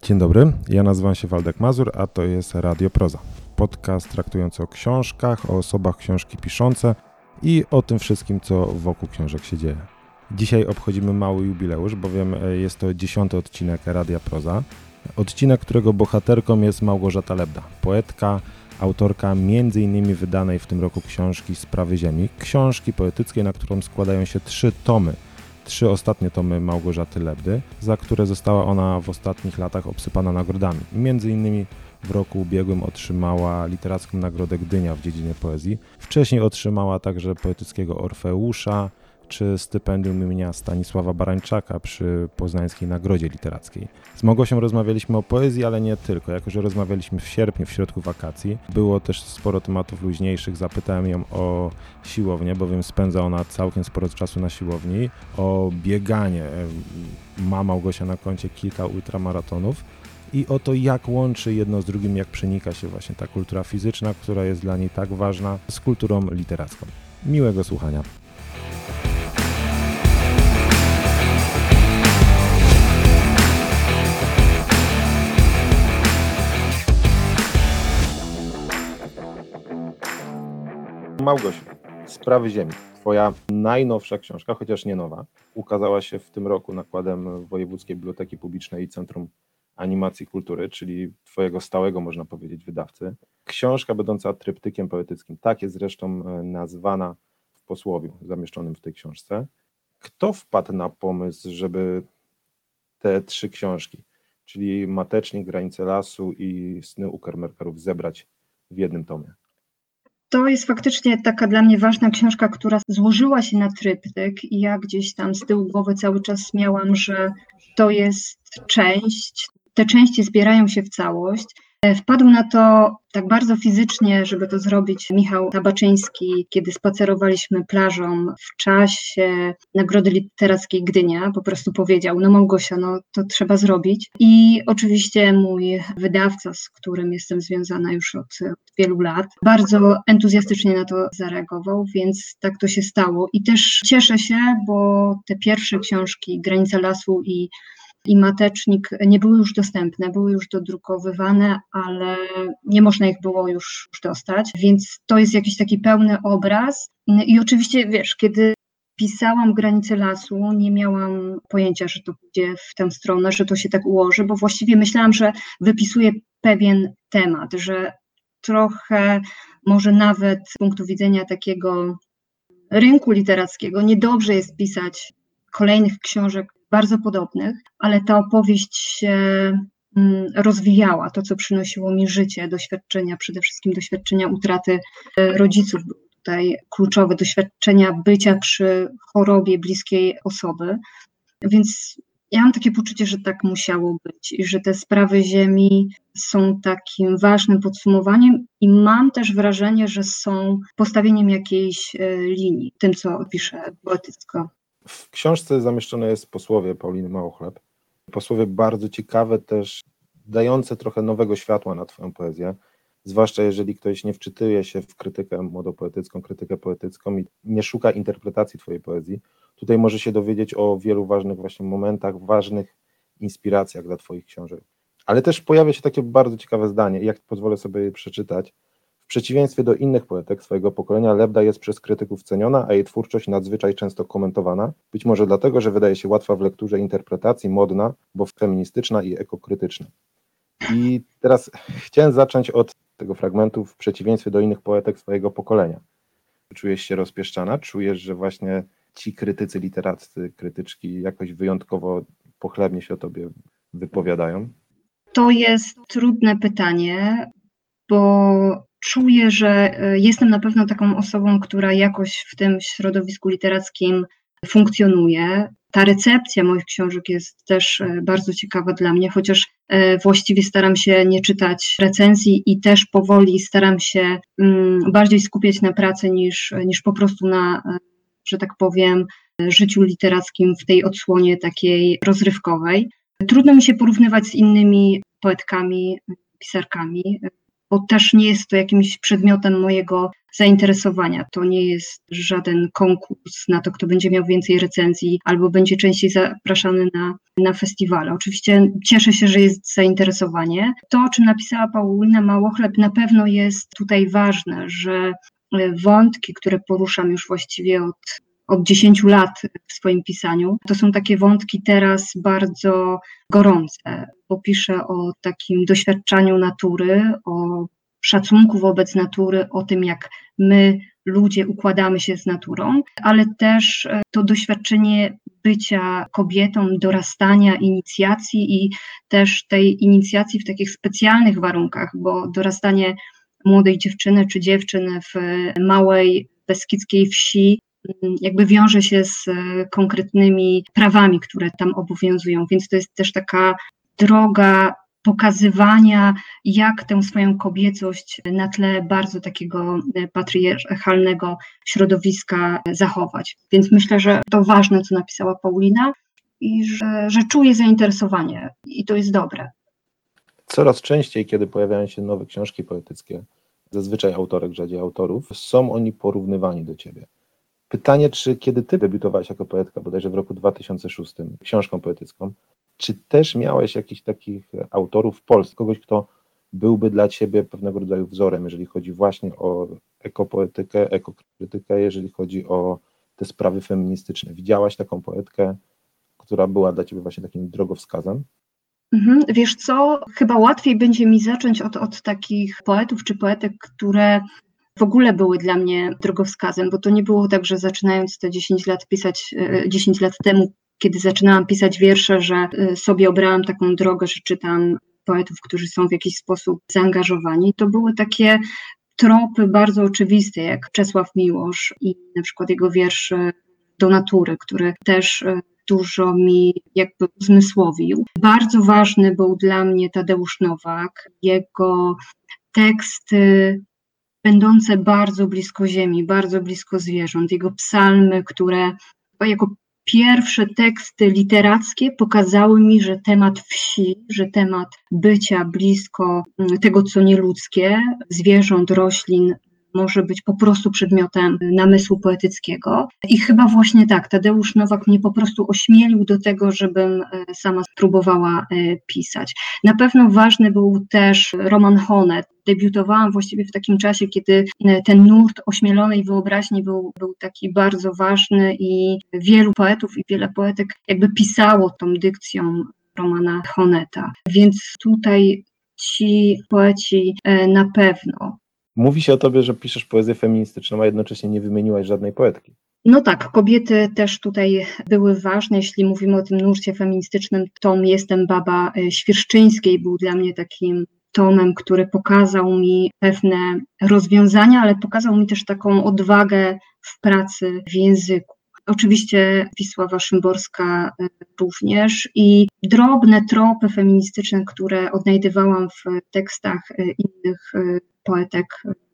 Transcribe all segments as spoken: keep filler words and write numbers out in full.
Dzień dobry, ja nazywam się Waldek Mazur, a to jest Radio Proza. Podcast traktujący o książkach, o osobach książki piszące i o tym wszystkim, co wokół książek się dzieje. Dzisiaj obchodzimy mały jubileusz, bowiem jest to dziesiąty odcinek Radia Proza. Odcinek, którego bohaterką jest Małgorzata Lebda, poetka, autorka między innymi wydanej w tym roku książki Sprawy Ziemi, książki poetyckiej, na którą składają się trzy tomy. Trzy ostatnie tomy Małgorzaty Lebdy, za które została ona w ostatnich latach obsypana nagrodami. Między innymi w roku ubiegłym otrzymała literacką nagrodę Gdynia w dziedzinie poezji. Wcześniej otrzymała także poetyckiego Orfeusza czy stypendium imienia Stanisława Barańczaka przy Poznańskiej Nagrodzie Literackiej. Z Małgosią rozmawialiśmy o poezji, ale nie tylko. Jako że rozmawialiśmy w sierpniu, w środku wakacji, było też sporo tematów luźniejszych. Zapytałem ją o siłownię, bowiem spędza ona całkiem sporo czasu na siłowni, o bieganie. Ma Małgosia na koncie kilka ultramaratonów i o to, jak łączy jedno z drugim, jak przenika się właśnie ta kultura fizyczna, która jest dla niej tak ważna, z kulturą literacką. Miłego słuchania. Małgosiu, Sprawy Ziemi. Twoja najnowsza książka, chociaż nie nowa, ukazała się w tym roku nakładem Wojewódzkiej Biblioteki Publicznej i Centrum Animacji Kultury, czyli twojego stałego, można powiedzieć, wydawcy. Książka będąca tryptykiem poetyckim, tak jest zresztą nazwana w posłowiu zamieszczonym w tej książce. Kto wpadł na pomysł, żeby te trzy książki, czyli Matecznik, Granice lasu i Sny u Kermerkerów zebrać w jednym tomie? To jest faktycznie taka dla mnie ważna książka, która złożyła się na tryptyk i ja gdzieś tam z tyłu głowy cały czas miałam, że to jest część, te części zbierają się w całość. Wpadł na to tak bardzo fizycznie, żeby to zrobić, Michał Tabaczyński, kiedy spacerowaliśmy plażą w czasie Nagrody Literackiej Gdynia. Po prostu powiedział, no Małgosia, no to trzeba zrobić. I oczywiście mój wydawca, z którym jestem związana już od, od wielu lat, bardzo entuzjastycznie na to zareagował, więc tak to się stało. I też cieszę się, bo te pierwsze książki, Granice lasu i i Matecznik nie były już dostępne, były już dodrukowywane, ale nie można ich było już, już dostać, więc to jest jakiś taki pełny obraz. I oczywiście, wiesz, kiedy pisałam Granice lasu, nie miałam pojęcia, że to pójdzie w tę stronę, że to się tak ułoży, bo właściwie myślałam, że wypisuję pewien temat, że trochę może nawet z punktu widzenia takiego rynku literackiego niedobrze jest pisać kolejnych książek bardzo podobnych, ale ta opowieść się rozwijała, to co przynosiło mi życie, doświadczenia, przede wszystkim doświadczenia utraty rodziców, tutaj kluczowe doświadczenia bycia przy chorobie bliskiej osoby, więc ja mam takie poczucie, że tak musiało być i że te Sprawy Ziemi są takim ważnym podsumowaniem i mam też wrażenie, że są postawieniem jakiejś linii, tym co piszę poetycko. W książce zamieszczone jest posłowie Pauliny Małochleb. Posłowie bardzo ciekawe też, dające trochę nowego światła na twoją poezję, zwłaszcza jeżeli ktoś nie wczytuje się w krytykę młodopoetycką, krytykę poetycką i nie szuka interpretacji twojej poezji. Tutaj może się dowiedzieć o wielu ważnych właśnie momentach, ważnych inspiracjach dla twoich książek. Ale też pojawia się takie bardzo ciekawe zdanie, jak pozwolę sobie je przeczytać. W przeciwieństwie do innych poetek swojego pokolenia, Lebda jest przez krytyków ceniona, a jej twórczość nadzwyczaj często komentowana. Być może dlatego, że wydaje się łatwa w lekturze interpretacji, modna, bo feministyczna i ekokrytyczna. I teraz chciałem zacząć od tego fragmentu w przeciwieństwie do innych poetek swojego pokolenia. Czujesz się rozpieszczana? Czujesz, że właśnie ci krytycy literaccy, krytyczki jakoś wyjątkowo pochlebnie się o tobie wypowiadają? To jest trudne pytanie, bo czuję, że jestem na pewno taką osobą, która jakoś w tym środowisku literackim funkcjonuje. Ta recepcja moich książek jest też bardzo ciekawa dla mnie, chociaż właściwie staram się nie czytać recenzji i też powoli staram się bardziej skupiać na pracy niż, niż po prostu na, że tak powiem, życiu literackim w tej odsłonie takiej rozrywkowej. Trudno mi się porównywać z innymi poetkami, pisarkami, bo też nie jest to jakimś przedmiotem mojego zainteresowania. To nie jest żaden konkurs na to, kto będzie miał więcej recenzji albo będzie częściej zapraszany na, na festiwale. Oczywiście cieszę się, że jest zainteresowanie. To, o czym napisała Paulina Małochleb, na pewno jest tutaj ważne, że wątki, które poruszam już właściwie od od dziesięciu lat w swoim pisaniu. To są takie wątki teraz bardzo gorące, bo piszę o takim doświadczaniu natury, o szacunku wobec natury, o tym, jak my, ludzie, układamy się z naturą, ale też to doświadczenie bycia kobietą, dorastania, inicjacji i też tej inicjacji w takich specjalnych warunkach, bo dorastanie młodej dziewczyny czy dziewczyny w małej beskidzkiej wsi jakby wiąże się z konkretnymi prawami, które tam obowiązują, więc to jest też taka droga pokazywania, jak tę swoją kobiecość na tle bardzo takiego patriarchalnego środowiska zachować. Więc myślę, że to ważne, co napisała Paulina i że, że czuję zainteresowanie i to jest dobre. Coraz częściej, kiedy pojawiają się nowe książki poetyckie, zazwyczaj autorek, rzadziej autorów, są oni porównywani do ciebie. Pytanie, czy kiedy ty debiutowałaś jako poetka, bodajże w roku dwa tysiące szóstym, książką poetycką, czy też miałeś jakichś takich autorów w Polsce, kogoś, kto byłby dla ciebie pewnego rodzaju wzorem, jeżeli chodzi właśnie o ekopoetykę, ekokrytykę, jeżeli chodzi o te sprawy feministyczne? Widziałaś taką poetkę, która była dla ciebie właśnie takim drogowskazem? Mhm. Wiesz co, chyba łatwiej będzie mi zacząć od, od takich poetów czy poetek, które w ogóle były dla mnie drogowskazem, bo to nie było tak, że zaczynając te dziesięć lat pisać, dziesięć lat temu, kiedy zaczynałam pisać wiersze, że sobie obrałam taką drogę, że czytam poetów, którzy są w jakiś sposób zaangażowani. To były takie tropy bardzo oczywiste, jak Czesław Miłosz i na przykład jego wiersz Do natury, który też dużo mi jakby uzmysłowił. Bardzo ważny był dla mnie Tadeusz Nowak, jego teksty będące bardzo blisko ziemi, bardzo blisko zwierząt, jego psalmy, które jako pierwsze teksty literackie pokazały mi, że temat wsi, że temat bycia blisko tego, co nieludzkie, zwierząt, roślin, może być po prostu przedmiotem namysłu poetyckiego. I chyba właśnie tak, Tadeusz Nowak mnie po prostu ośmielił do tego, żebym sama spróbowała pisać. Na pewno ważny był też Roman Honet. Debiutowałam właściwie w takim czasie, kiedy ten nurt ośmielonej wyobraźni był, był taki bardzo ważny i wielu poetów i wiele poetek jakby pisało tą dykcją Romana Honeta. Więc tutaj ci poeci na pewno. Mówi się o tobie, że piszesz poezję feministyczną, a jednocześnie nie wymieniłaś żadnej poetki. No tak, kobiety też tutaj były ważne. Jeśli mówimy o tym nurcie feministycznym, tom Jestem baba Świerszczyńskiej był dla mnie takim tomem, który pokazał mi pewne rozwiązania, ale pokazał mi też taką odwagę w pracy w języku. Oczywiście Wisława Szymborska również i drobne tropy feministyczne, które odnajdywałam w tekstach innych poetek.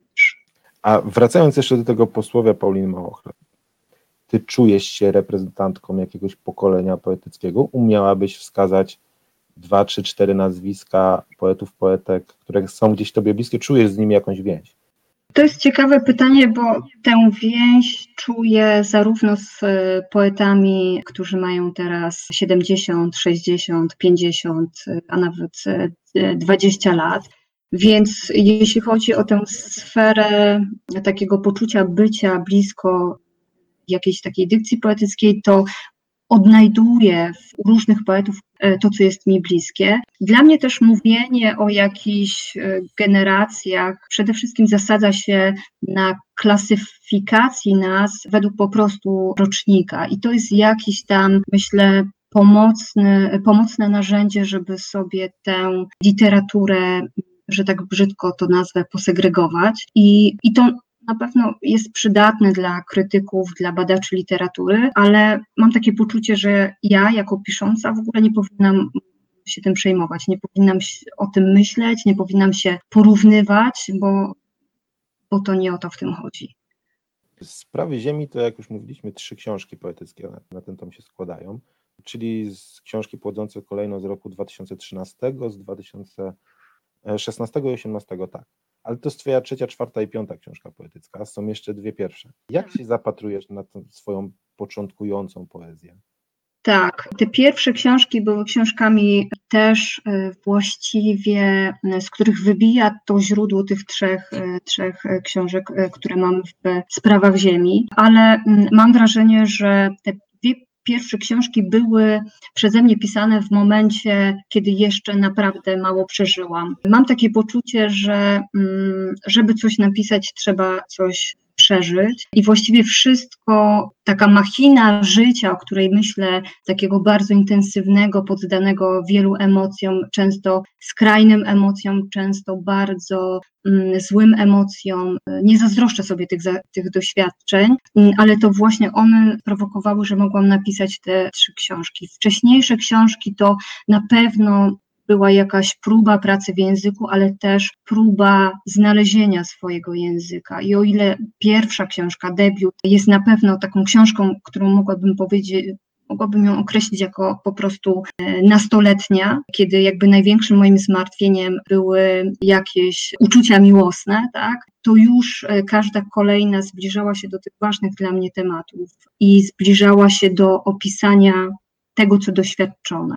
A wracając jeszcze do tego posłowia Pauliny Małochleb, ty czujesz się reprezentantką jakiegoś pokolenia poetyckiego? Umiałabyś wskazać dwa, trzy, cztery nazwiska poetów, poetek, które są gdzieś tobie bliskie? Czujesz z nimi jakąś więź? To jest ciekawe pytanie, bo tę więź czuję zarówno z poetami, którzy mają teraz siedemdziesiąt, sześćdziesiąt, pięćdziesiąt, a nawet dwadzieścia lat. Więc jeśli chodzi o tę sferę takiego poczucia bycia blisko jakiejś takiej dykcji poetyckiej, to odnajduję w różnych poetów to, co jest mi bliskie. Dla mnie też mówienie o jakichś generacjach przede wszystkim zasadza się na klasyfikacji nas według po prostu rocznika i to jest jakiś tam, myślę, pomocny, pomocne narzędzie, żeby sobie tę literaturę, że tak brzydko to nazwę, posegregować i, i to na pewno jest przydatny dla krytyków, dla badaczy literatury, ale mam takie poczucie, że ja jako pisząca w ogóle nie powinnam się tym przejmować, nie powinnam o tym myśleć, nie powinnam się porównywać, bo, bo to nie o to w tym chodzi. Sprawy Ziemi to, jak już mówiliśmy, trzy książki poetyckie na, na ten tom się składają, czyli z książki pochodzące kolejno z roku dwa tysiące trzynastego, z dwa tysiące szesnastego i osiemnastego, tak. Ale to jest twoja trzecia, czwarta i piąta książka poetycka, są jeszcze dwie pierwsze. Jak się zapatrujesz na tą swoją początkującą poezję? Tak, te pierwsze książki były książkami też e, właściwie, e, z których wybija to źródło tych trzech, e, trzech e, książek, e, które mam w Sprawach Ziemi, ale mm, mam wrażenie, że te dwie pierwsze książki były przeze mnie pisane w momencie, kiedy jeszcze naprawdę mało przeżyłam. Mam takie poczucie, że mm, żeby coś napisać, trzeba coś przeżyć i właściwie wszystko, taka machina życia, o której myślę, takiego bardzo intensywnego, poddanego wielu emocjom, często skrajnym emocjom, często bardzo mm, złym emocjom. Nie zazdroszczę sobie tych, za, tych doświadczeń, mm, ale to właśnie one prowokowały, że mogłam napisać te trzy książki. Wcześniejsze książki to na pewno była jakaś próba pracy w języku, ale też próba znalezienia swojego języka. I o ile pierwsza książka, debiut, jest na pewno taką książką, którą mogłabym powiedzieć, mogłabym ją określić jako po prostu nastoletnia, kiedy jakby największym moim zmartwieniem były jakieś uczucia miłosne, tak? To już każda kolejna zbliżała się do tych ważnych dla mnie tematów i zbliżała się do opisania tego, co doświadczone.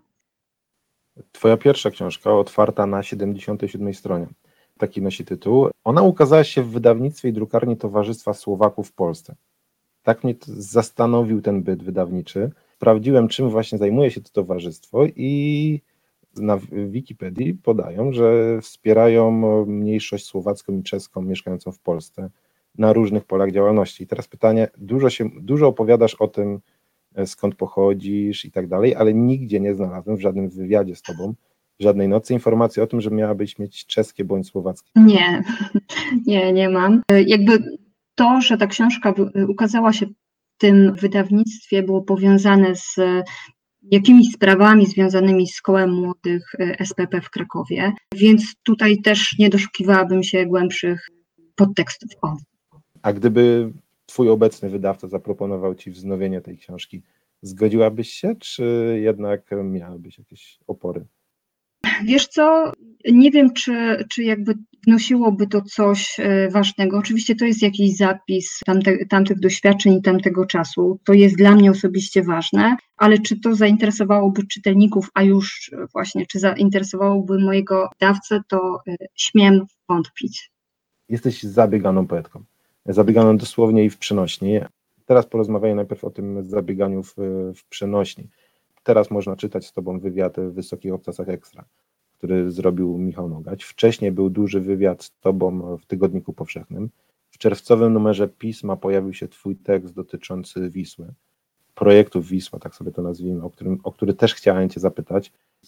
Twoja pierwsza książka, otwarta na siedemdziesiątej siódmej stronie, taki nosi tytuł. Ona ukazała się w wydawnictwie i drukarni Towarzystwa Słowaków w Polsce. Tak mnie zastanowił ten byt wydawniczy. Sprawdziłem, czym właśnie zajmuje się to towarzystwo i na Wikipedii podają, że wspierają mniejszość słowacką i czeską mieszkającą w Polsce na różnych polach działalności. I teraz pytanie, dużo, się, dużo opowiadasz o tym, skąd pochodzisz i tak dalej, ale nigdzie nie znalazłem w żadnym wywiadzie z tobą, w żadnej nocy informacji o tym, że miałabyś mieć czeskie bądź słowackie. Nie, nie, nie mam. Jakby to, że ta książka ukazała się w tym wydawnictwie, było powiązane z jakimiś sprawami związanymi z Kołem Młodych S P P w Krakowie, więc tutaj też nie doszukiwałabym się głębszych podtekstów. O. A gdyby twój obecny wydawca zaproponował ci wznowienie tej książki, zgodziłabyś się, czy jednak miałabyś jakieś opory? Wiesz co, nie wiem, czy, czy jakby wnosiłoby to coś ważnego. Oczywiście to jest jakiś zapis tamte, tamtych doświadczeń i tamtego czasu. To jest dla mnie osobiście ważne, ale czy to zainteresowałoby czytelników, a już właśnie, czy zainteresowałoby mojego wydawcę, to śmiem wątpić. Jesteś zabieganą poetką. Zabieganą dosłownie i w przenośni. Teraz porozmawiamy najpierw o tym zabieganiu w, w przenośni. Teraz można czytać z tobą wywiad w Wysokich Obcasach Ekstra, który zrobił Michał Nogać. Wcześniej był duży wywiad z tobą w Tygodniku Powszechnym. W czerwcowym numerze Pisma pojawił się twój tekst dotyczący Wisły, projektu Wisła, tak sobie to nazwijmy, o, którym, o który też chciałem cię zapytać.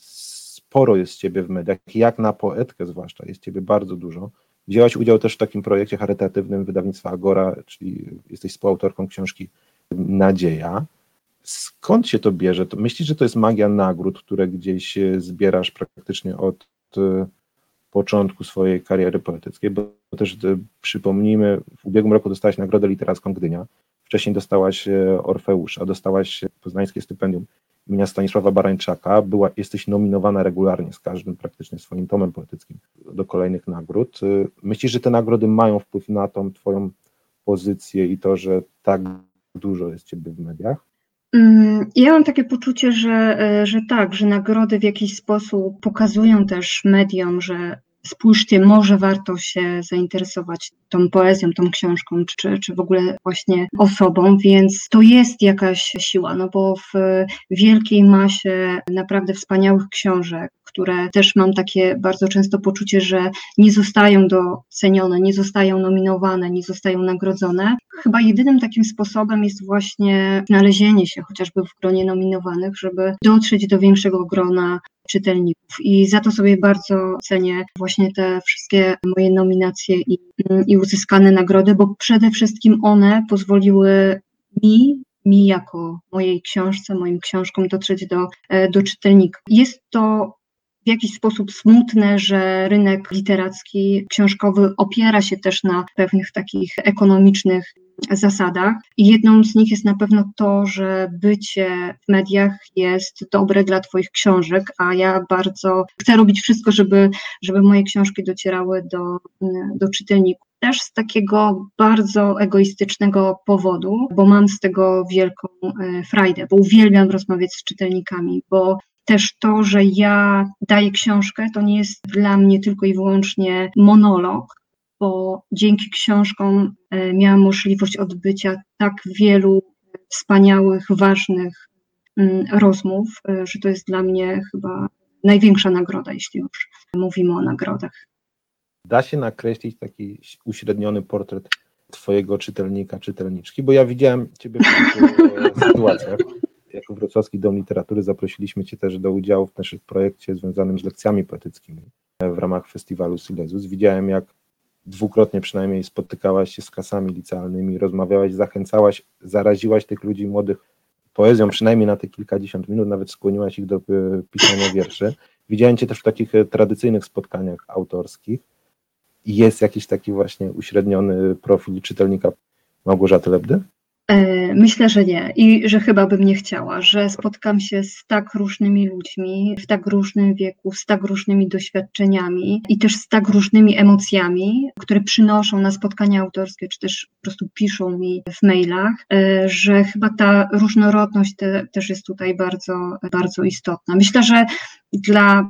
Sporo jest ciebie w mediach, jak na poetkę zwłaszcza, jest ciebie bardzo dużo. Wzięłaś udział też w takim projekcie charytatywnym wydawnictwa Agora, czyli jesteś współautorką książki Nadzieja. Skąd się to bierze? Myślisz, że to jest magia nagród, które gdzieś zbierasz praktycznie od początku swojej kariery poetyckiej? Bo też przypomnijmy, w ubiegłym roku dostałaś Nagrodę Literacką Gdynia, wcześniej dostałaś Orfeusza, dostałaś poznańskie stypendium imienia Stanisława Barańczaka, była, jesteś nominowana regularnie z każdym praktycznie swoim tomem poetyckim do kolejnych nagród. Myślisz, że te nagrody mają wpływ na tą twoją pozycję i to, że tak dużo jest ciebie w mediach? Ja mam takie poczucie, że, że tak, że nagrody w jakiś sposób pokazują też mediom, że spójrzcie, może warto się zainteresować tą poezją, tą książką, czy, czy w ogóle właśnie osobą, więc to jest jakaś siła, no bo w wielkiej masie naprawdę wspaniałych książek, które też mam takie bardzo często poczucie, że nie zostają docenione, nie zostają nominowane, nie zostają nagrodzone. Chyba jedynym takim sposobem jest właśnie znalezienie się chociażby w gronie nominowanych, żeby dotrzeć do większego grona czytelników i za to sobie bardzo cenię właśnie te wszystkie moje nominacje i, i uzyskane nagrody, bo przede wszystkim one pozwoliły mi, mi jako mojej książce, moim książkom dotrzeć do, do czytelników. Jest to w jakiś sposób smutne, że rynek literacki, książkowy opiera się też na pewnych takich ekonomicznych zasadach. I jedną z nich jest na pewno to, że bycie w mediach jest dobre dla Twoich książek, a ja bardzo chcę robić wszystko, żeby, żeby moje książki docierały do, do czytelników. Też z takiego bardzo egoistycznego powodu, bo mam z tego wielką frajdę, bo uwielbiam rozmawiać z czytelnikami, bo też to, że ja daję książkę, to nie jest dla mnie tylko i wyłącznie monolog, bo dzięki książkom miałam możliwość odbycia tak wielu wspaniałych, ważnych rozmów, że to jest dla mnie chyba największa nagroda, jeśli już mówimy o nagrodach. Da się nakreślić taki uśredniony portret Twojego czytelnika, czytelniczki, bo ja widziałem Ciebie w kilku sytuacjach. Jako Wrocławski Dom Literatury zaprosiliśmy Cię też do udziału w naszym projekcie związanym z lekcjami poetyckimi w ramach festiwalu Silezus. Widziałem, jak dwukrotnie przynajmniej spotykałaś się z klasami licealnymi, rozmawiałaś, zachęcałaś, zaraziłaś tych ludzi młodych poezją, przynajmniej na te kilkadziesiąt minut, nawet skłoniłaś ich do pisania wierszy. Widziałem Cię też w takich tradycyjnych spotkaniach autorskich. Jest jakiś taki właśnie uśredniony profil czytelnika Małgorzaty Lebdy? Myślę, że nie i że chyba bym nie chciała, że spotkam się z tak różnymi ludźmi w tak różnym wieku, z tak różnymi doświadczeniami i też z tak różnymi emocjami, które przynoszą na spotkania autorskie, czy też po prostu piszą mi w mailach, że chyba ta różnorodność te, też jest tutaj bardzo, bardzo istotna. Myślę, że dla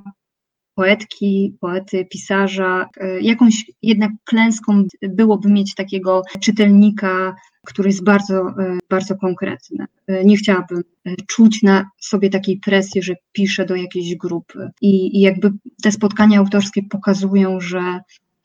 poetki, poety, pisarza, jakąś jednak klęską byłoby mieć takiego czytelnika, który jest bardzo, bardzo konkretny. Nie chciałabym czuć na sobie takiej presji, że piszę do jakiejś grupy. I, i jakby te spotkania autorskie pokazują, że,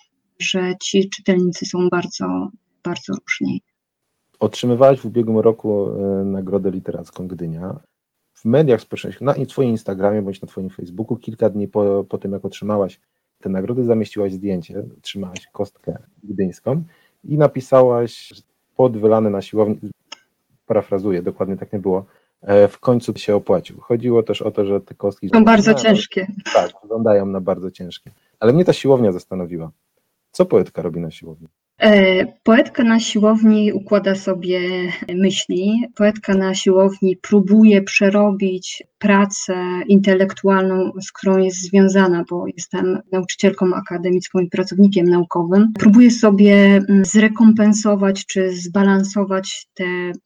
że ci czytelnicy są bardzo, bardzo różni. Otrzymywałaś w ubiegłym roku Nagrodę Literacką Gdynia. W mediach społecznościowych, na Twoim Instagramie bądź na Twoim Facebooku, kilka dni po, po tym, jak otrzymałaś tę nagrodę, zamieściłaś zdjęcie, trzymałaś kostkę gdyńską i napisałaś pod wylany na siłowni, parafrazuję, dokładnie tak nie było, w końcu się opłacił. Chodziło też o to, że te kostki są bardzo ciężkie. Tak, wyglądają na bardzo ciężkie. Ale mnie ta siłownia zastanowiła. Co poetka robi na siłowni? Poetka na siłowni układa sobie myśli. Poetka na siłowni próbuje przerobić pracę intelektualną, z którą jest związana, bo jestem nauczycielką akademicką i pracownikiem naukowym. Próbuje sobie zrekompensować czy zbalansować te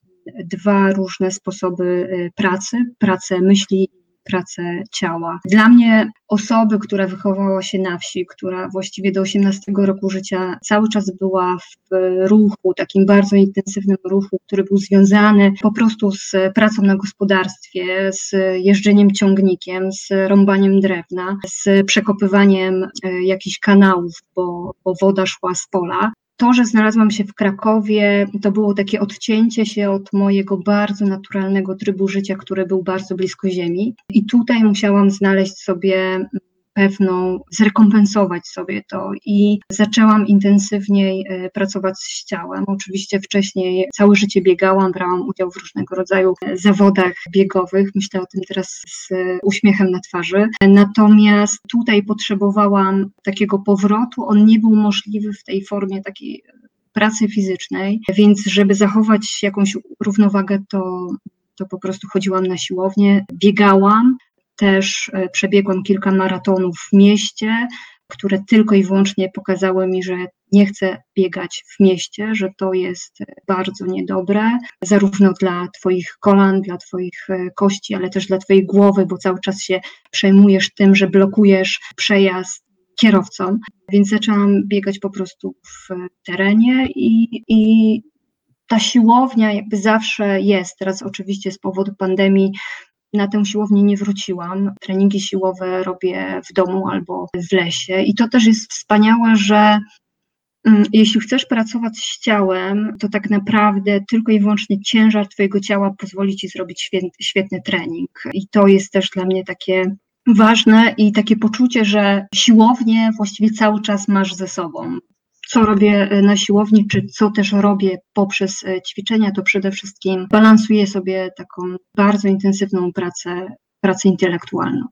dwa różne sposoby pracy, pracę myśli, pracę ciała. Dla mnie osoby, która wychowała się na wsi, która właściwie do osiemnastego roku życia cały czas była w ruchu, takim bardzo intensywnym ruchu, który był związany po prostu z pracą na gospodarstwie, z jeżdżeniem ciągnikiem, z rąbaniem drewna, z przekopywaniem jakichś kanałów, bo, bo woda szła z pola. To, że znalazłam się w Krakowie, to było takie odcięcie się od mojego bardzo naturalnego trybu życia, który był bardzo blisko ziemi. I tutaj musiałam znaleźć sobie pewną, zrekompensować sobie to i zaczęłam intensywniej pracować z ciałem. Oczywiście wcześniej całe życie biegałam, brałam udział w różnego rodzaju zawodach biegowych. Myślę o tym teraz z uśmiechem na twarzy. Natomiast tutaj potrzebowałam takiego powrotu. On nie był możliwy w tej formie takiej pracy fizycznej, więc żeby zachować jakąś równowagę, to, to po prostu chodziłam na siłownię, biegałam. Też przebiegłam kilka maratonów w mieście, które tylko i wyłącznie pokazały mi, że nie chcę biegać w mieście, że to jest bardzo niedobre, zarówno dla Twoich kolan, dla Twoich kości, ale też dla Twojej głowy, bo cały czas się przejmujesz tym, że blokujesz przejazd kierowcom. Więc zaczęłam biegać po prostu w terenie i, i ta siłownia jakby zawsze jest. Teraz oczywiście z powodu pandemii na tę siłownię nie wróciłam. Treningi siłowe robię w domu albo w lesie i to też jest wspaniałe, że mm, jeśli chcesz pracować z ciałem, to tak naprawdę tylko i wyłącznie ciężar Twojego ciała pozwoli Ci zrobić świetny, świetny trening. I to jest też dla mnie takie ważne i takie poczucie, że siłownię właściwie cały czas masz ze sobą. Co robię na siłowni, czy co też robię poprzez ćwiczenia, to przede wszystkim balansuję sobie taką bardzo intensywną pracę, pracę intelektualną.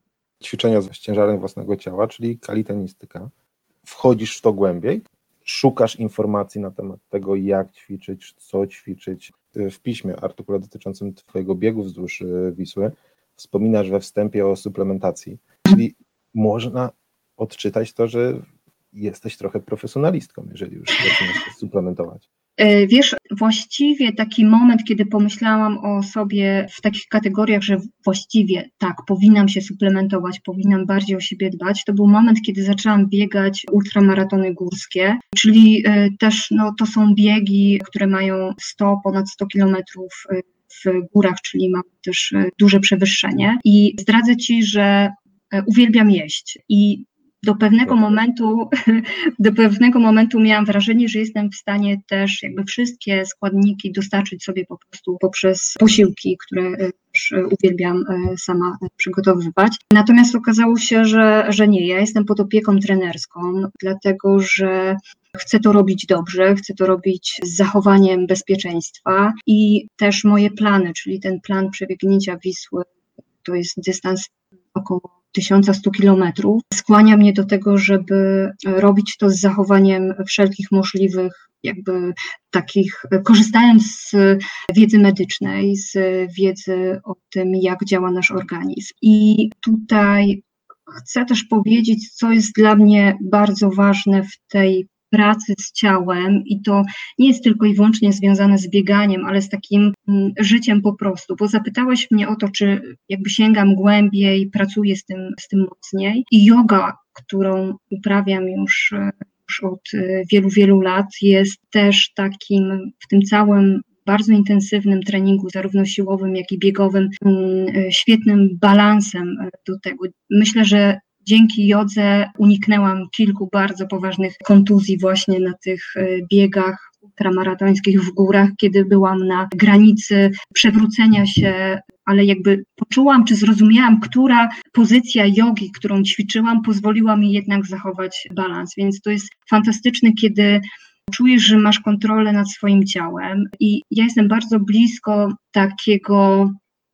ćwiczenia z ciężarem własnego ciała, czyli kalitenistyka. Wchodzisz w to głębiej, szukasz informacji na temat tego, jak ćwiczyć, co ćwiczyć. W piśmie, artykule dotyczącym twojego biegu wzdłuż Wisły, wspominasz we wstępie o suplementacji, czyli można odczytać to, że jesteś trochę profesjonalistką, jeżeli już zaczynasz się suplementować. Wiesz, właściwie taki moment, kiedy pomyślałam o sobie w takich kategoriach, że właściwie tak, powinnam się suplementować, powinnam bardziej o siebie dbać, to był moment, kiedy zaczęłam biegać ultramaratony górskie, czyli też no, to są biegi, które mają sto, ponad sto kilometrów w górach, czyli mam też duże przewyższenie i zdradzę Ci, że uwielbiam jeść i do pewnego momentu, do pewnego momentu miałam wrażenie, że jestem w stanie też jakby wszystkie składniki dostarczyć sobie po prostu poprzez posiłki, które też uwielbiam sama przygotowywać. Natomiast okazało się, że, że nie, ja jestem pod opieką trenerską, dlatego że chcę to robić dobrze, chcę to robić z zachowaniem bezpieczeństwa i też moje plany, czyli ten plan przebiegnięcia Wisły, to jest dystans około tysiąc sto kilometrów, skłania mnie do tego, żeby robić to z zachowaniem wszelkich możliwych, jakby takich, korzystając z wiedzy medycznej, z wiedzy o tym, jak działa nasz organizm. I tutaj chcę też powiedzieć, co jest dla mnie bardzo ważne w tej pracy z ciałem i to nie jest tylko i wyłącznie związane z bieganiem, ale z takim mm, życiem po prostu, bo zapytałeś mnie o to, czy jakby sięgam głębiej, pracuję z tym, z tym mocniej i yoga, którą uprawiam już, już od wielu, wielu lat, jest też takim w tym całym bardzo intensywnym treningu, zarówno siłowym, jak i biegowym, mm, świetnym balansem do tego. Myślę, że dzięki jodze uniknęłam kilku bardzo poważnych kontuzji właśnie na tych biegach ultramaratońskich w górach, kiedy byłam na granicy przewrócenia się, ale jakby poczułam czy zrozumiałam, która pozycja jogi, którą ćwiczyłam, pozwoliła mi jednak zachować balans. Więc to jest fantastyczne, kiedy czujesz, że masz kontrolę nad swoim ciałem i ja jestem bardzo blisko takiego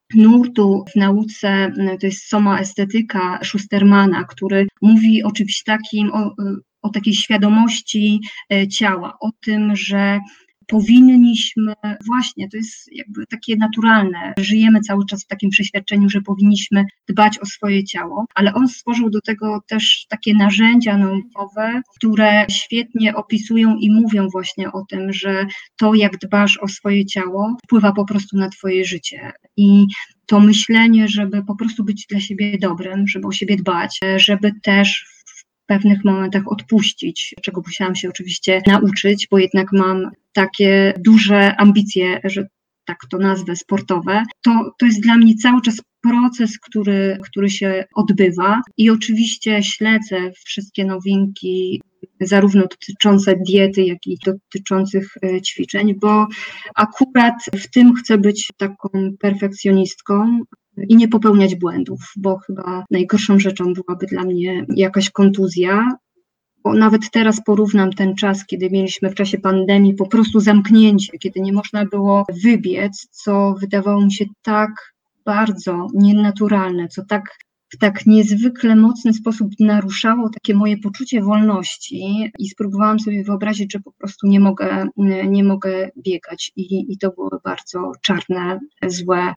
nurtu w nauce, to jest somaestetyka Schustermana, który mówi o czymś takim, o, o takiej świadomości ciała, o tym, że powinniśmy, właśnie, to jest jakby takie naturalne, żyjemy cały czas w takim przeświadczeniu, że powinniśmy dbać o swoje ciało, ale on stworzył do tego też takie narzędzia naukowe, które świetnie opisują i mówią właśnie o tym, że to, jak dbasz o swoje ciało, wpływa po prostu na twoje życie. I to myślenie, żeby po prostu być dla siebie dobrym, żeby o siebie dbać, żeby też w pewnych momentach odpuścić, czego musiałam się oczywiście nauczyć, bo jednak mam takie duże ambicje, że tak to nazwę, sportowe. To, to jest dla mnie cały czas proces, który, który się odbywa i oczywiście śledzę wszystkie nowinki, zarówno dotyczące diety, jak i dotyczących ćwiczeń, bo akurat w tym chcę być taką perfekcjonistką i nie popełniać błędów, bo chyba najgorszą rzeczą byłaby dla mnie jakaś kontuzja. Bo nawet teraz porównam ten czas, kiedy mieliśmy w czasie pandemii po prostu zamknięcie, kiedy nie można było wybiec, co wydawało mi się tak bardzo nienaturalne, co tak w tak niezwykle mocny sposób naruszało takie moje poczucie wolności i spróbowałam sobie wyobrazić, że po prostu nie mogę, nie mogę biegać i, i to były bardzo czarne, złe.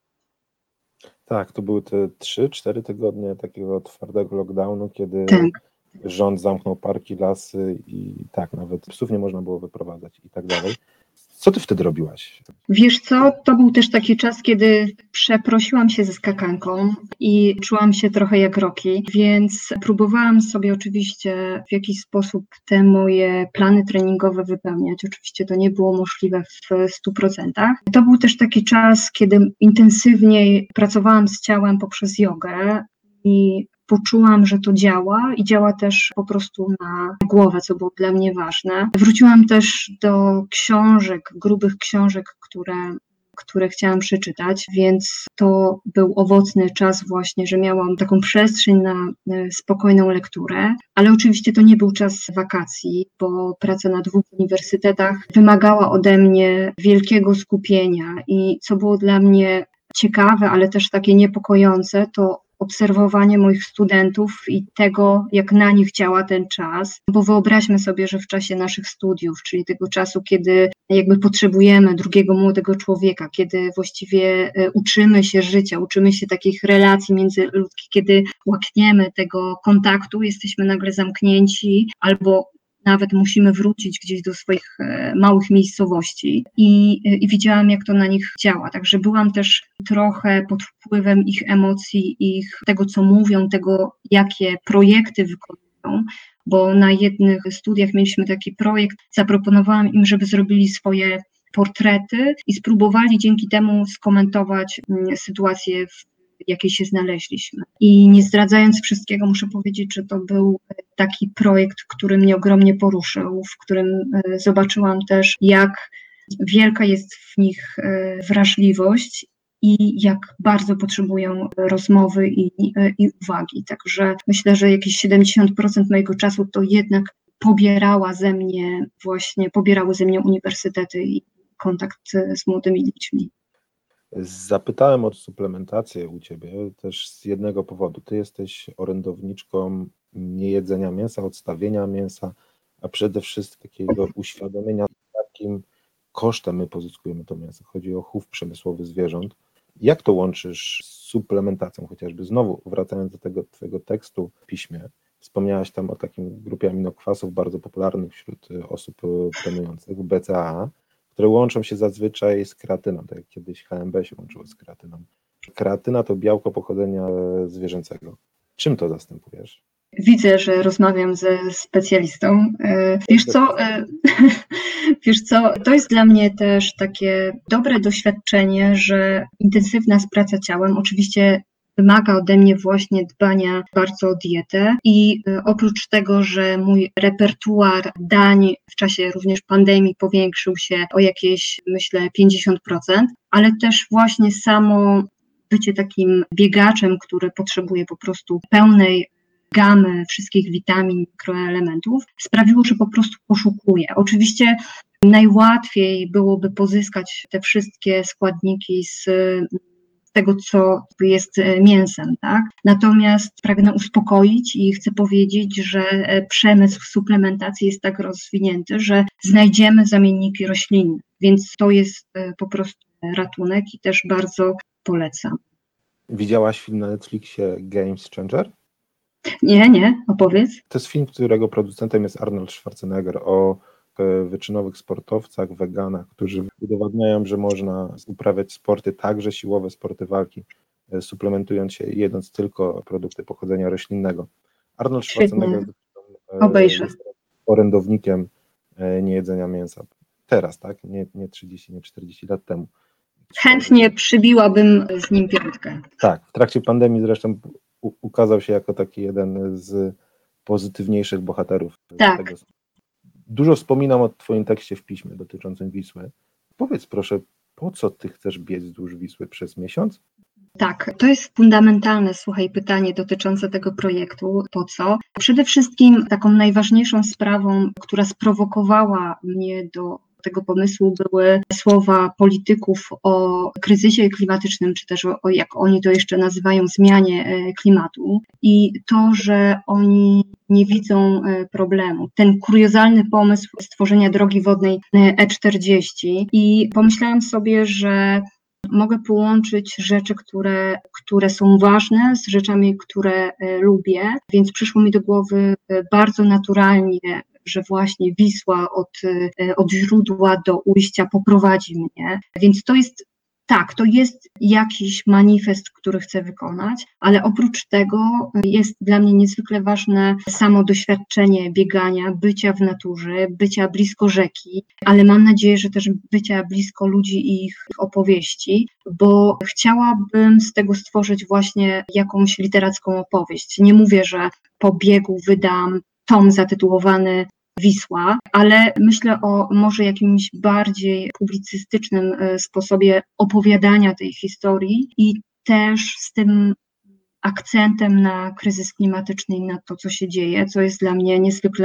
Tak, to były te trzy cztery tygodnie takiego twardego lockdownu, kiedy Tak. rząd zamknął parki, lasy i tak, nawet psów nie można było wyprowadzać i tak dalej. Co ty wtedy robiłaś? Wiesz co, to był też taki czas, kiedy przeprosiłam się ze skakanką i czułam się trochę jak Rocky, więc próbowałam sobie oczywiście w jakiś sposób te moje plany treningowe wypełniać. Oczywiście to nie było możliwe w stu procentach. To był też taki czas, kiedy intensywniej pracowałam z ciałem poprzez jogę i poczułam, że to działa i działa też po prostu na głowę, co było dla mnie ważne. Wróciłam też do książek, grubych książek, które, które chciałam przeczytać, więc to był owocny czas właśnie, że miałam taką przestrzeń na spokojną lekturę, ale oczywiście to nie był czas wakacji, bo praca na dwóch uniwersytetach wymagała ode mnie wielkiego skupienia i co było dla mnie ciekawe, ale też takie niepokojące, to obserwowanie moich studentów i tego, jak na nich działa ten czas, bo wyobraźmy sobie, że w czasie naszych studiów, czyli tego czasu, kiedy jakby potrzebujemy drugiego młodego człowieka, kiedy właściwie uczymy się życia, uczymy się takich relacji międzyludzkich, kiedy łakniemy tego kontaktu, jesteśmy nagle zamknięci albo nawet musimy wrócić gdzieś do swoich małych miejscowości i, i widziałam, jak to na nich działa. Także byłam też trochę pod wpływem ich emocji, ich tego, co mówią, tego, jakie projekty wykonują, bo na jednych studiach mieliśmy taki projekt, zaproponowałam im, żeby zrobili swoje portrety i spróbowali dzięki temu skomentować sytuację, w jakiej się znaleźliśmy. I nie zdradzając wszystkiego, muszę powiedzieć, że to był taki projekt, który mnie ogromnie poruszył, w którym zobaczyłam też, jak wielka jest w nich wrażliwość i jak bardzo potrzebują rozmowy i, i uwagi. Także myślę, że jakieś siedemdziesiąt procent mojego czasu to jednak pobierała ze mnie właśnie, pobierały ze mnie uniwersytety i kontakt z młodymi ludźmi. Zapytałem o suplementację u Ciebie też z jednego powodu. Ty jesteś orędowniczką niejedzenia mięsa, odstawienia mięsa, a przede wszystkim takiego uświadomienia, jakim kosztem my pozyskujemy to mięso. Chodzi o chów przemysłowy zwierząt. Jak to łączysz z suplementacją chociażby? Znowu wracając do tego Twojego tekstu w piśmie, wspomniałaś tam o takim grupie aminokwasów bardzo popularnych wśród osób trenujących, B C A A, które łączą się zazwyczaj z kreatyną, tak jak kiedyś H M B się łączyło z kreatyną. Kreatyna to białko pochodzenia zwierzęcego. Czym to zastępujesz? Widzę, że rozmawiam ze specjalistą. Wiesz co, wiesz co, to jest dla mnie też takie dobre doświadczenie, że intensywna praca ciałem oczywiście wymaga ode mnie właśnie dbania bardzo o dietę i oprócz tego, że mój repertuar dań w czasie również pandemii powiększył się o jakieś, myślę, pięćdziesiąt procent, ale też właśnie samo bycie takim biegaczem, który potrzebuje po prostu pełnej gamy wszystkich witamin, mikroelementów, sprawiło, że po prostu poszukuję. Oczywiście najłatwiej byłoby pozyskać te wszystkie składniki z tego, co jest mięsem, tak? Natomiast pragnę uspokoić i chcę powiedzieć, że przemysł suplementacji jest tak rozwinięty, że znajdziemy zamienniki roślinne, więc to jest po prostu ratunek i też bardzo polecam. Widziałaś film na Netflixie Game Changer? Nie, nie, opowiedz. To jest film, którego producentem jest Arnold Schwarzenegger, o wyczynowych sportowcach, weganach, którzy udowadniają, że można uprawiać sporty, także siłowe sporty walki, suplementując się i jedząc tylko produkty pochodzenia roślinnego. Arnold Schwarzenegger Obejrzę. jest orędownikiem niejedzenia mięsa. Teraz, tak? Nie, nie trzydzieści, nie czterdzieści lat temu. Chętnie przybiłabym z nim piątkę. Tak, w trakcie pandemii zresztą u- ukazał się jako taki jeden z pozytywniejszych bohaterów. Tak. Tego. Dużo wspominam o Twoim tekście w piśmie dotyczącym Wisły. Powiedz proszę, po co Ty chcesz biec wzdłuż Wisły przez miesiąc? Tak, to jest fundamentalne, słuchaj, pytanie dotyczące tego projektu. Po co? Przede wszystkim taką najważniejszą sprawą, która sprowokowała mnie do tego pomysłu, były słowa polityków o kryzysie klimatycznym, czy też o, o jak oni to jeszcze nazywają, zmianie klimatu i to, że oni nie widzą problemu. Ten kuriozalny pomysł stworzenia drogi wodnej E czterdzieści i pomyślałam sobie, że mogę połączyć rzeczy, które, które są ważne z rzeczami, które lubię, więc przyszło mi do głowy bardzo naturalnie, że właśnie Wisła od, od źródła do ujścia poprowadzi mnie. Więc to jest, tak, to jest jakiś manifest, który chcę wykonać, ale oprócz tego jest dla mnie niezwykle ważne samo doświadczenie biegania, bycia w naturze, bycia blisko rzeki, ale mam nadzieję, że też bycia blisko ludzi i ich opowieści, bo chciałabym z tego stworzyć właśnie jakąś literacką opowieść. Nie mówię, że po biegu wydam tom zatytułowany Wisła, ale myślę o może jakimś bardziej publicystycznym sposobie opowiadania tej historii i też z tym akcentem na kryzys klimatyczny i na to, co się dzieje, co jest dla mnie niezwykle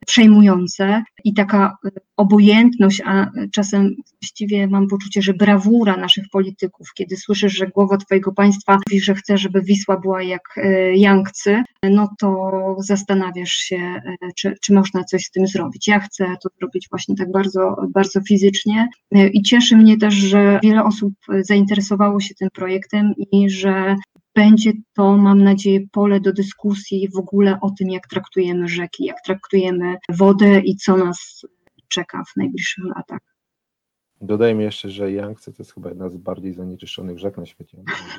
przejmujące i taka obojętność, a czasem właściwie mam poczucie, że brawura naszych polityków, kiedy słyszysz, że głowa twojego państwa mówi, że chce, żeby Wisła była jak Yangtze, no to zastanawiasz się, czy, czy można coś z tym zrobić. Ja chcę to zrobić właśnie tak bardzo, bardzo fizycznie i cieszy mnie też, że wiele osób zainteresowało się tym projektem i że będzie to, mam nadzieję, pole do dyskusji w ogóle o tym, jak traktujemy rzeki, jak traktujemy wodę i co nas czeka w najbliższych latach. Dodajmy jeszcze, że Yangtze to jest chyba jedna z bardziej zanieczyszczonych rzek na świecie.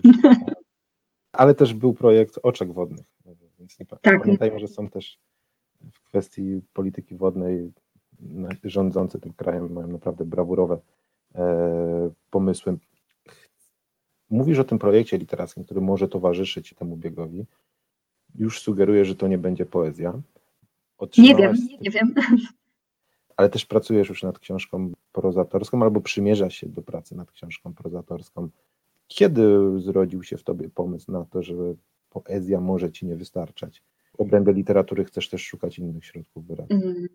Ale też był projekt oczek wodnych, więc nie tak. Pamiętajmy, że są też w kwestii polityki wodnej rządzący tym krajem mają naprawdę brawurowe e, pomysły. Mówisz o tym projekcie literackim, który może towarzyszyć temu biegowi. Już sugeruję, że to nie będzie poezja. Otrzymałaś nie wiem, nie wiem. Ale też pracujesz już nad książką prozatorską albo przymierzasz się do pracy nad książką prozatorską. Kiedy zrodził się w tobie pomysł na to, że poezja może ci nie wystarczać? W obrębie literatury chcesz też szukać innych środków wyrazu.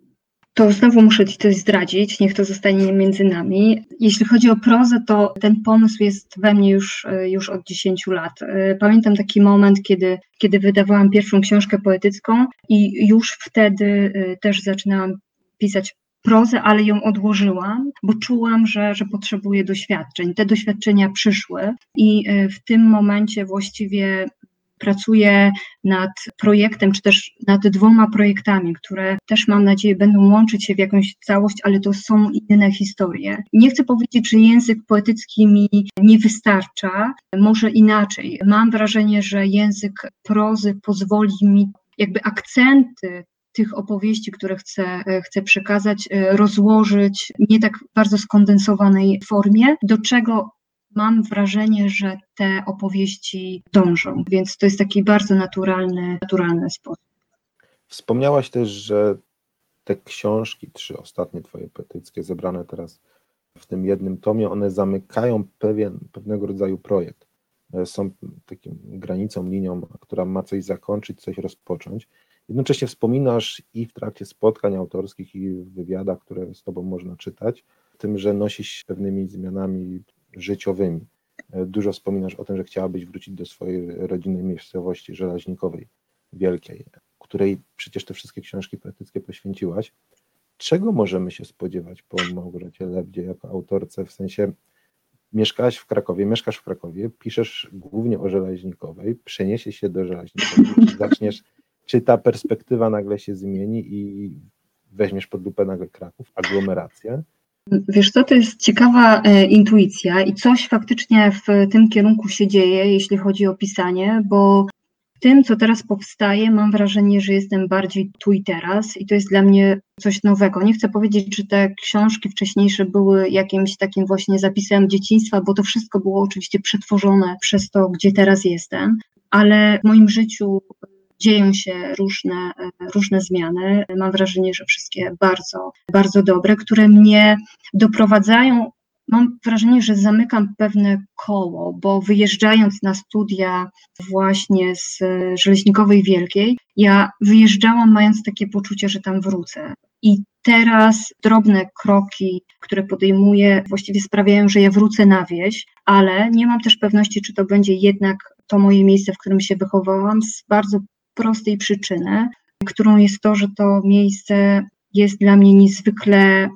To znowu muszę ci coś zdradzić, niech to zostanie między nami. Jeśli chodzi o prozę, to ten pomysł jest we mnie już, już od dziesięciu lat. Pamiętam taki moment, kiedy, kiedy wydawałam pierwszą książkę poetycką i już wtedy też zaczynałam pisać prozę, ale ją odłożyłam, bo czułam, że, że potrzebuję doświadczeń. Te doświadczenia przyszły i w tym momencie właściwie pracuję nad projektem, czy też nad dwoma projektami, które też mam nadzieję będą łączyć się w jakąś całość, ale to są inne historie. Nie chcę powiedzieć, że język poetycki mi nie wystarcza, może inaczej. Mam wrażenie, że język prozy pozwoli mi jakby akcenty tych opowieści, które chcę, chcę przekazać, rozłożyć nie tak bardzo skondensowanej formie, do czego mam wrażenie, że te opowieści dążą, więc to jest taki bardzo naturalny, naturalny sposób. Wspomniałaś też, że te książki, trzy ostatnie twoje poetyckie, zebrane teraz w tym jednym tomie, one zamykają pewien, pewnego rodzaju projekt. Są taką granicą, linią, która ma coś zakończyć, coś rozpocząć. Jednocześnie wspominasz i w trakcie spotkań autorskich, i w wywiadach, które z tobą można czytać, tym, że nosisz się pewnymi zmianami życiowymi. Dużo wspominasz o tym, że chciałabyś wrócić do swojej rodzinnej miejscowości żelaźnikowej, wielkiej, której przecież te wszystkie książki poetyckie poświęciłaś. Czego możemy się spodziewać po Małgorzacie Lebdzie jako autorce, w sensie mieszkałaś w Krakowie, mieszkasz w Krakowie, piszesz głównie o żelaźnikowej, przeniesiesz się do żelaźnikowej, czy zaczniesz, czy ta perspektywa nagle się zmieni i weźmiesz pod lupę nagle Kraków, aglomerację? Wiesz co, to jest ciekawa e, intuicja i coś faktycznie w tym kierunku się dzieje, jeśli chodzi o pisanie, bo w tym, co teraz powstaje, mam wrażenie, że jestem bardziej tu i teraz i to jest dla mnie coś nowego. Nie chcę powiedzieć, że te książki wcześniejsze były jakimś takim właśnie zapisem dzieciństwa, bo to wszystko było oczywiście przetworzone przez to, gdzie teraz jestem, ale w moim życiu dzieją się różne, różne zmiany. Mam wrażenie, że wszystkie bardzo, bardzo dobre, które mnie doprowadzają. Mam wrażenie, że zamykam pewne koło, bo wyjeżdżając na studia właśnie z Żeleźnikowej Wielkiej, ja wyjeżdżałam mając takie poczucie, że tam wrócę. I teraz drobne kroki, które podejmuję, właściwie sprawiają, że ja wrócę na wieś, ale nie mam też pewności, czy to będzie jednak to moje miejsce, w którym się wychowałam, z bardzo prostej przyczyny, którą jest to, że to miejsce jest dla mnie niezwykle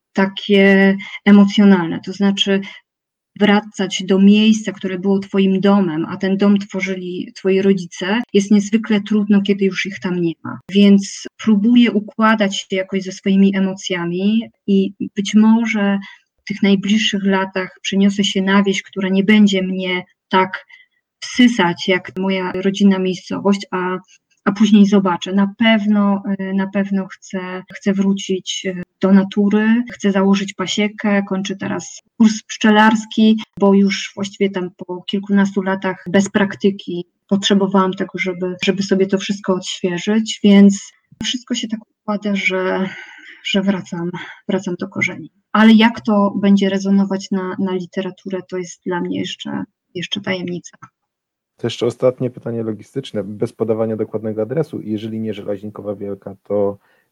takie emocjonalne, to znaczy wracać do miejsca, które było twoim domem, a ten dom tworzyli twoi rodzice, jest niezwykle trudno, kiedy już ich tam nie ma. Więc próbuję układać się jakoś ze swoimi emocjami i być może w tych najbliższych latach przeniosę się na wieś, która nie będzie mnie tak wsysać jak moja rodzinna miejscowość, a, a później zobaczę. Na pewno, na pewno chcę, chcę wrócić do natury, chcę założyć pasiekę, kończę teraz kurs pszczelarski, bo już właściwie tam po kilkunastu latach bez praktyki potrzebowałam tego, żeby, żeby sobie to wszystko odświeżyć, więc wszystko się tak układa, że, że wracam, wracam do korzeni. Ale jak to będzie rezonować na, na literaturę, to jest dla mnie jeszcze, jeszcze tajemnica. To jeszcze ostatnie pytanie logistyczne, bez podawania dokładnego adresu. Jeżeli nie Żelaźnikowa Wielka, to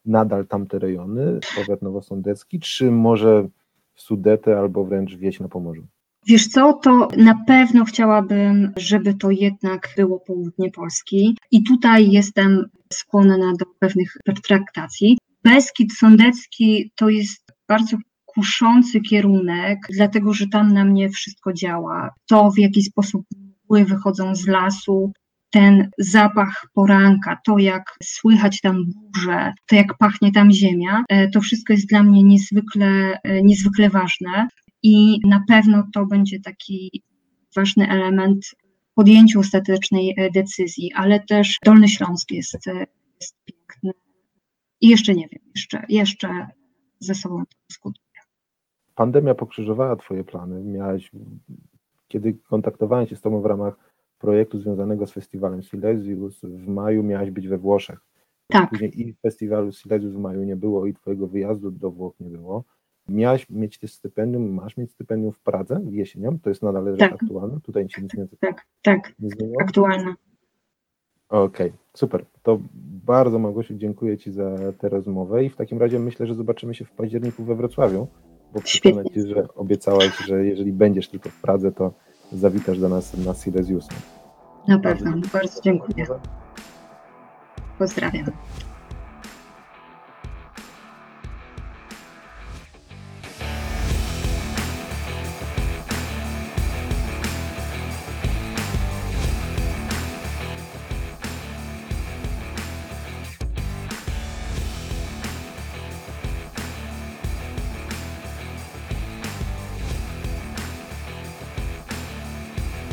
nadal tamte rejony, powiat nowosądecki, czy może Sudety albo wręcz wieś na Pomorzu? Wiesz co, to na pewno chciałabym, żeby to jednak było południe Polski i tutaj jestem skłonna do pewnych pertraktacji. Beskid Sądecki to jest bardzo kuszący kierunek, dlatego że tam na mnie wszystko działa. To, w jaki sposób mgły wychodzą z lasu, ten zapach poranka, to jak słychać tam burze, to jak pachnie tam ziemia, to wszystko jest dla mnie niezwykle, niezwykle ważne i na pewno to będzie taki ważny element w podjęciu ostatecznej decyzji, ale też Dolny Śląsk jest, jest piękny i jeszcze nie wiem, jeszcze, jeszcze ze sobą to dyskutuję. Pandemia pokrzyżowała Twoje plany. Miałaś, kiedy kontaktowałem się z Tobą w ramach projektu związanego z festiwalem Silesius, w maju miałaś być we Włoszech. Tak. Później i festiwalu Silesius w maju nie było, i Twojego wyjazdu do Włoch nie było. Miałaś mieć też stypendium, masz mieć stypendium w Pradze jesienią? To jest nadal rzecz Tak. aktualna? Tutaj się nic nie, Tak, tak, nie zmieniło? aktualna. Okej, okay, super. To bardzo, Małgosiu, dziękuję Ci za tę rozmowę i w takim razie myślę, że zobaczymy się w październiku we Wrocławiu, bo przypomnę Ci, że obiecałaś, że jeżeli będziesz tylko w Pradze, to zawitasz do nas na Silesiusa. Na pewno, bardzo dziękuję. Pozdrawiam.